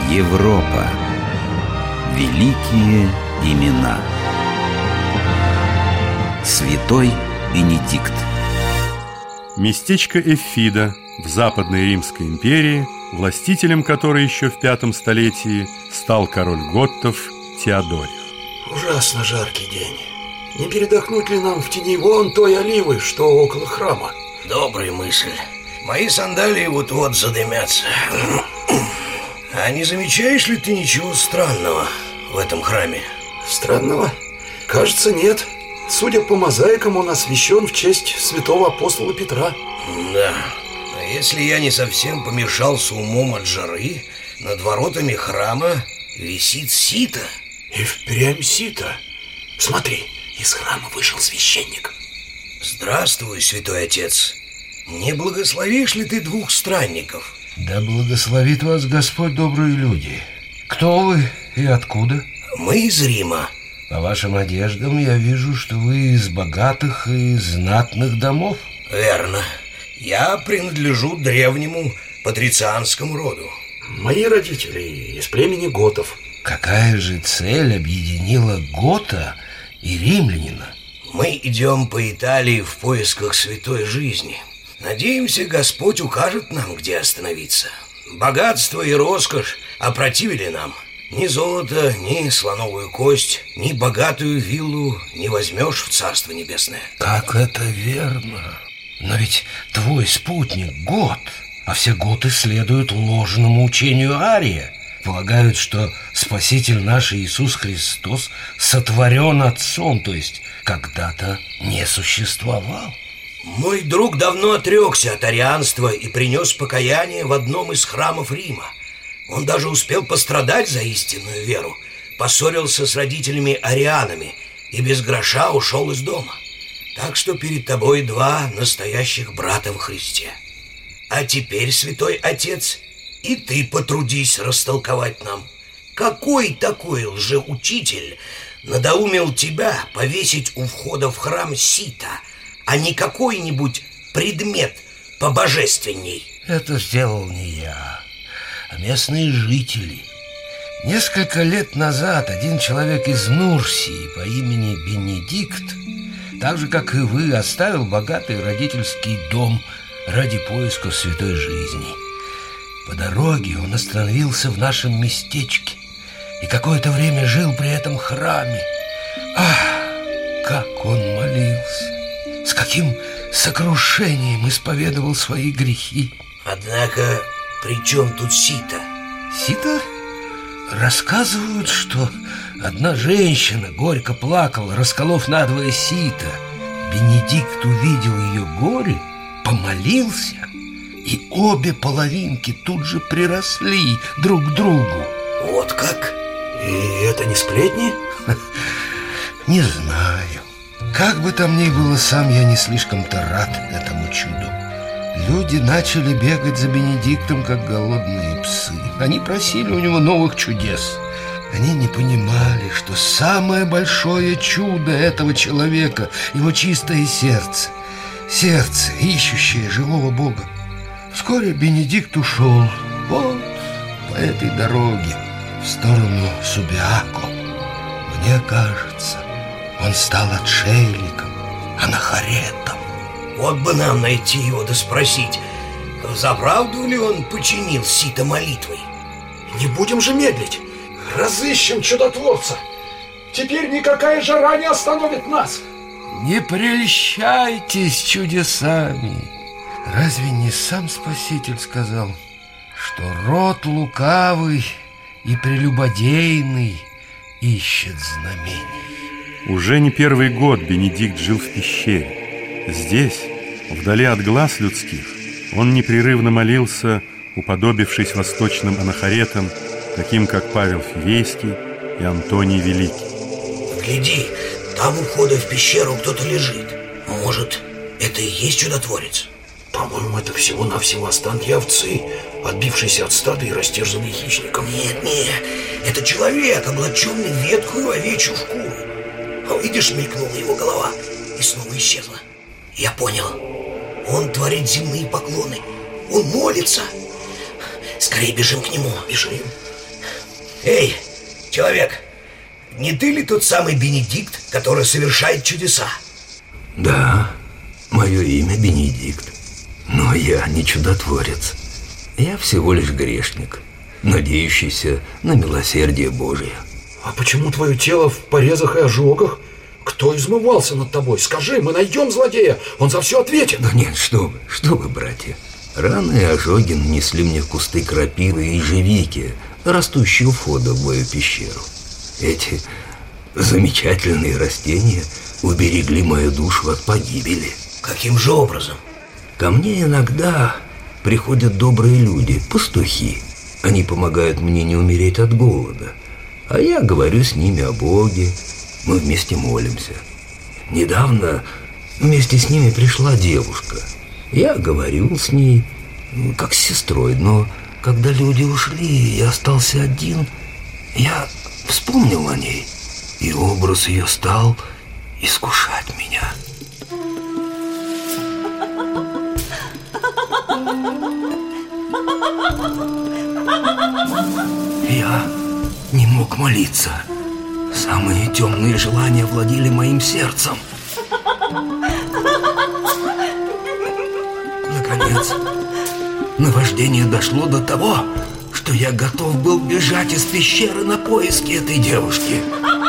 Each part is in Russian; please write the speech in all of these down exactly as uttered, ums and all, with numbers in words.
Европа. Великие имена. Святой Бенедикт. Местечко Эффида в Западной Римской империи, властителем которой еще в пятом столетии стал король готтов Теодорих. Ужасно жаркий день. Не передохнуть ли нам в тени вон той оливы, что около храма? Добрая мысль. Мои сандалии вот-вот задымятся. А не замечаешь ли ты ничего странного в этом храме? Странного? Кажется, нет. Судя по мозаикам, он освящен в честь святого апостола Петра. Да. А если я не совсем помешался умом от жары, над воротами храма висит сито. И впрямь сито. Смотри, из храма вышел священник. Здравствуй, святой отец. Не благословишь ли ты двух странников? Да благословит вас Господь, добрые люди. Кто вы и откуда? Мы из Рима. По вашим одеждам я вижу, что вы из богатых и знатных домов. Верно. Я принадлежу древнему патрицианскому роду. Мои родители из племени готов. Какая же цель объединила гота и римлянина? Мы идем по Италии в поисках святой жизни. Надеемся, Господь укажет нам, где остановиться. Богатство и роскошь опротивили нам. Ни золото, ни слоновую кость, ни богатую виллу не возьмешь в Царство Небесное. Как это верно. Но ведь твой спутник гот, а все готы следуют ложному учению Ария. Полагают, что Спаситель наш Иисус Христос сотворен Отцом, то есть когда-то не существовал. Мой друг давно отрекся от арианства и принес покаяние в одном из храмов Рима. Он даже успел пострадать за истинную веру, поссорился с родителями-арианами и без гроша ушел из дома. Так что перед тобой два настоящих брата во Христе. А теперь, святой отец, и ты потрудись растолковать нам, какой такой лжеучитель надоумил тебя повесить у входа в храм сито, а не какой-нибудь предмет побожественней. Это сделал не я, а местные жители. Несколько лет назад один человек из Нурсии по имени Бенедикт, так же, как и вы, оставил богатый родительский дом ради поиска святой жизни. По дороге он остановился в нашем местечке и какое-то время жил при этом храме. Ах, как он молился! С каким сокрушением исповедовал свои грехи. Однако, при чем тут сито? Сито? Рассказывают, что одна женщина горько плакала, расколов надвое сито. Бенедикт увидел ее горе, помолился, и обе половинки тут же приросли друг к другу. Вот как? И это не сплетни? Не знаю. Как бы там ни было, сам я не слишком-то рад этому чуду. Люди начали бегать за Бенедиктом, как голодные псы. Они просили у него новых чудес. Они не понимали, что самое большое чудо этого человека — его чистое сердце. Сердце, ищущее живого Бога. Вскоре Бенедикт ушел вот по этой дороге в сторону Субиако. Мне кажется, он стал отшельником, анахаретом. Вот бы нам найти его да спросить, взаправду ли он починил сито молитвой. Не будем же медлить. Разыщем чудотворца. Теперь никакая жара не остановит нас. Не прельщайтесь чудесами. Разве не сам Спаситель сказал, что род лукавый и прелюбодейный ищет знамений? Уже не первый год Бенедикт жил в пещере. Здесь, вдали от глаз людских, он непрерывно молился, уподобившись восточным анахаретам, таким как Павел Фивейский и Антоний Великий. Гляди, там у входа в пещеру кто-то лежит. Может, это и есть чудотворец? По-моему, это всего-навсего останки овцы, отбившиеся от стада и растерзанные хищником. Нет, нет, это человек, облаченный в ветхую овечью шкуру. Видишь, мелькнула его голова и снова исчезла. Я понял. Он творит земные поклоны. Он молится. Скорее бежим к нему. Бежим. Эй, человек, не ты ли тот самый Бенедикт, который совершает чудеса? Да, мое имя Бенедикт. Но я не чудотворец. Я всего лишь грешник, надеющийся на милосердие Божие. А почему твое тело в порезах и ожогах? Кто измывался над тобой? Скажи, мы найдем злодея, он за все ответит. Да нет, что вы, что вы, братья. Раны и ожоги нанесли мне кусты крапивы и ежевики, растущие у входа в мою пещеру. Эти замечательные растения уберегли мою душу от погибели. Каким же образом? Ко мне иногда приходят добрые люди, пастухи. Они помогают мне не умереть от голода. А я говорю с ними о Боге. Мы вместе молимся. Недавно вместе с ними пришла девушка. Я говорил с ней, как с сестрой. Но когда люди ушли, я остался один. Я вспомнил о ней, и образ ее стал искушать меня. Я не мог молиться. Самые темные желания владели моим сердцем. Наконец, наваждение дошло до того, что я готов был бежать из пещеры на поиски этой девушки.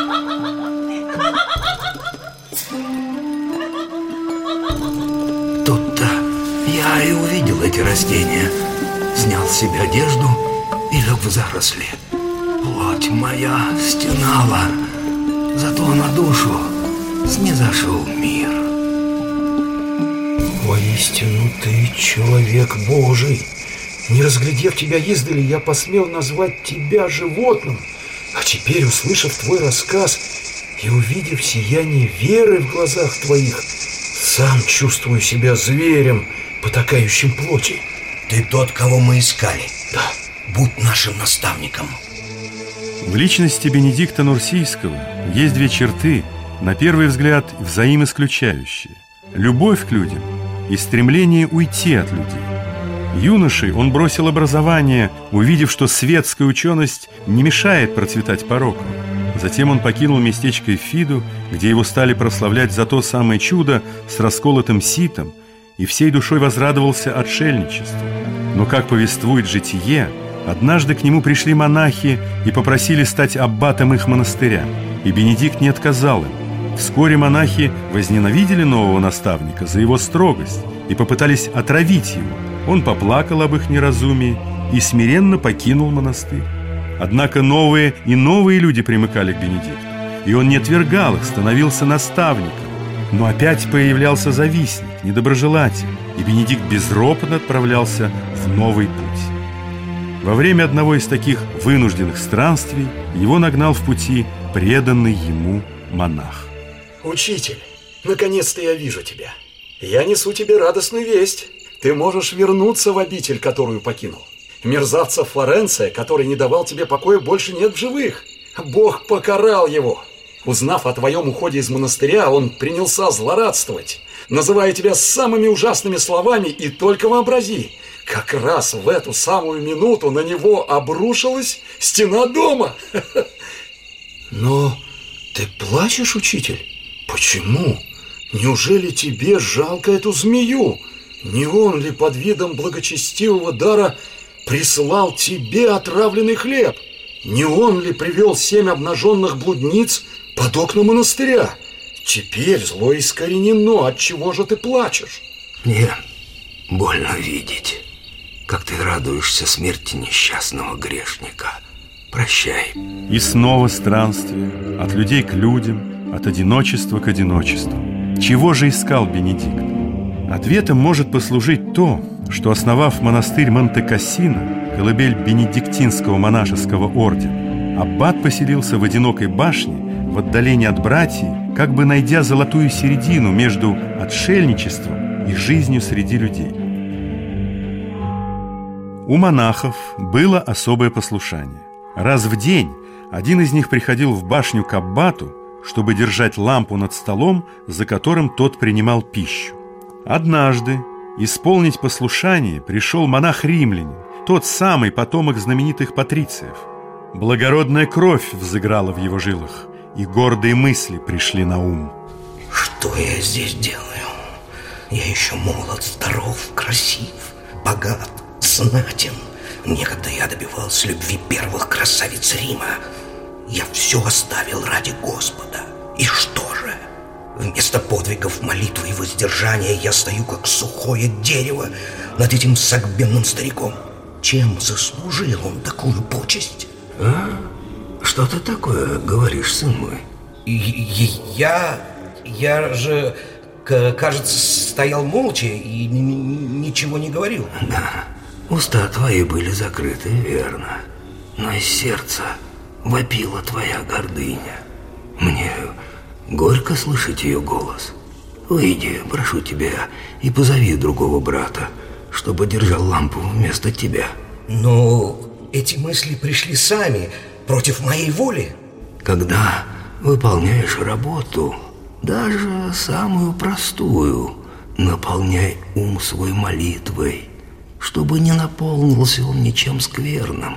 Тут-то я и увидел эти растения, снял с себя одежду и лег в заросли. Плоть моя стенала, зато на душу снизошел мир. Воистину ты человек Божий. Не разглядев тебя издали, я посмел назвать тебя животным. А теперь, услышав твой рассказ и увидев сияние веры в глазах твоих, сам чувствую себя зверем, потакающим плоти. Ты тот, кого мы искали. Да. Будь нашим наставником. В личности Бенедикта Нурсийского есть две черты, на первый взгляд, взаимоисключающие: любовь к людям и стремление уйти от людей. Юношей он бросил образование, увидев, что светская ученость не мешает процветать пороку. Затем он покинул местечко Эфиду, где его стали прославлять за то самое чудо с расколотым ситом, и всей душой возрадовался отшельничеству. Но, как повествует житие, однажды к нему пришли монахи и попросили стать аббатом их монастыря, и Бенедикт не отказал им. Вскоре монахи возненавидели нового наставника за его строгость и попытались отравить его. Он поплакал об их неразумии и смиренно покинул монастырь. Однако новые и новые люди примыкали к Бенедикту, и он не отвергал их, становился наставником. Но опять появлялся завистник, недоброжелатель, и Бенедикт безропотно отправлялся в новый путь. Во время одного из таких вынужденных странствий его нагнал в пути преданный ему монах. Учитель, наконец-то я вижу тебя. Я несу тебе радостную весть. Ты можешь вернуться в обитель, которую покинул. Мерзавца Флоренция, который не давал тебе покоя, больше нет в живых. Бог покарал его. Узнав о твоем уходе из монастыря, он принялся злорадствовать, называя тебя самыми ужасными словами, и только вообрази, как раз в эту самую минуту на него обрушилась стена дома. Но ты плачешь, учитель? Почему? Неужели тебе жалко эту змею? Не он ли под видом благочестивого дара прислал тебе отравленный хлеб? Не он ли привел семь обнаженных блудниц под окна монастыря? Теперь зло искоренено. Отчего же ты плачешь? Мне больно видеть, как ты радуешься смерти несчастного грешника. Прощай. И снова странствие, от людей к людям, от одиночества к одиночеству. Чего же искал Бенедикт? Ответом может послужить то, что, основав монастырь Монте-Кассино, колыбель бенедиктинского монашеского ордена, аббат поселился в одинокой башне в отдалении от братьев, как бы найдя золотую середину между отшельничеством и жизнью среди людей. У монахов было особое послушание. Раз в день один из них приходил в башню к аббату, чтобы держать лампу над столом, за которым тот принимал пищу. Однажды исполнить послушание пришел монах-римлянин, тот самый потомок знаменитых патрициев. Благородная кровь взыграла в его жилах, и гордые мысли пришли на ум. Что я здесь делаю? Я еще молод, здоров, красив, богат, знатен. Некогда я добивался любви первых красавиц Рима. Я все оставил ради Господа. И что же? Вместо подвигов, молитвы и воздержания я стою, как сухое дерево, над этим согбенным стариком. Чем заслужил он такую почесть? А? Что ты такое говоришь, сын мой? Я... я же, кажется, стоял молча и ничего не говорил. Да, уста твои были закрыты, верно. Но из сердца вопила твоя гордыня. Мне горько слышать ее голос. Выйди, прошу тебя, и позови другого брата, чтобы держал лампу вместо тебя. Но эти мысли пришли сами, против моей воли. Когда выполняешь работу, даже самую простую, наполняй ум свой молитвой, чтобы не наполнился он ничем скверным.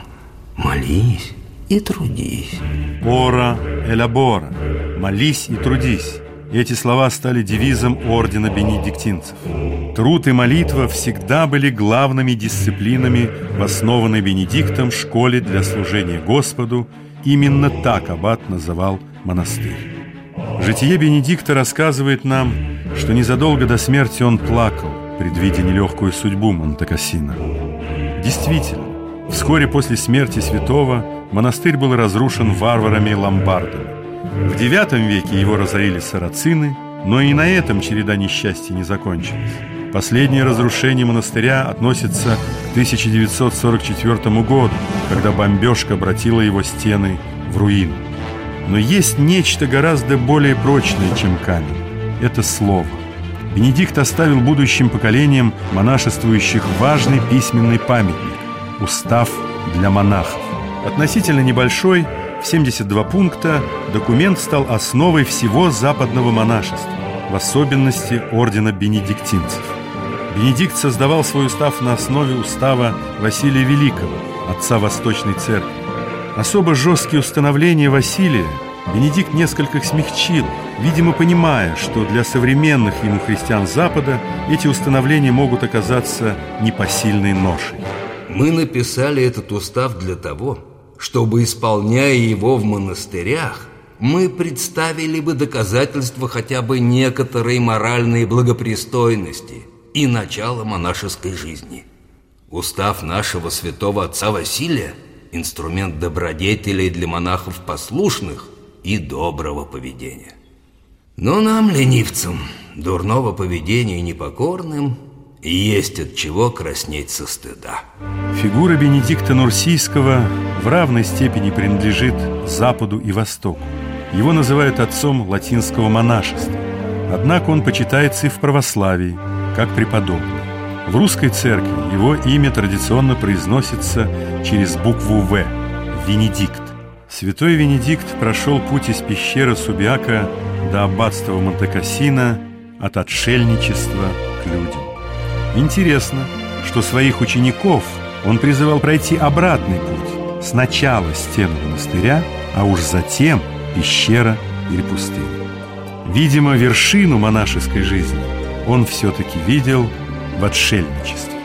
Молись и трудись. Ора элабора. Молись и трудись. Эти слова стали девизом ордена бенедиктинцев. Труд и молитва всегда были главными дисциплинами в основанной Бенедиктом школе для служения Господу. Именно так аббат называл монастырь. Житие Бенедикта рассказывает нам, что незадолго до смерти он плакал, предвидя нелегкую судьбу Монте-Кассино. Действительно, вскоре после смерти святого монастырь был разрушен варварами-ломбардами. В девятом веке его разорили сарацины, но и на этом череда несчастья не закончилась. Последнее разрушение монастыря относится к тысяча девятьсот сорок четвёртому году, когда бомбежка обратила его стены в руину. Но есть нечто гораздо более прочное, чем камень. Это слово. Бенедикт оставил будущим поколениям монашествующих важный письменный памятник – устав для монахов. Относительно небольшой, в семьдесят два пункта, документ стал основой всего западного монашества, в особенности ордена бенедиктинцев. Бенедикт создавал свой устав на основе устава Василия Великого, отца Восточной Церкви. Особо жесткие установления Василия Бенедикт несколько смягчил, видимо, понимая, что для современных ему христиан Запада эти установления могут оказаться непосильной ношей. Мы написали этот устав для того, чтобы, исполняя его в монастырях, мы представили бы доказательства хотя бы некоторой моральной благопристойности и начала монашеской жизни. Устав нашего святого отца Василия – инструмент добродетелей для монахов послушных и доброго поведения. Но нам, ленивцам, дурного поведения и непокорным, есть от чего краснеть со стыда. Фигура Бенедикта Нурсийского в равной степени принадлежит Западу и Востоку. Его называют отцом латинского монашества. Однако он почитается и в православии, как преподобный. В русской церкви его имя традиционно произносится через букву «В» – Венедикт. Святой Венедикт прошел путь из пещеры Субиака до аббатства Монте-Кассино, от отшельничества к людям. Интересно, что своих учеников он призывал пройти обратный путь. Сначала стену монастыря, а уж затем пещера или пустыня. Видимо, вершину монашеской жизни он все-таки видел в отшельничестве.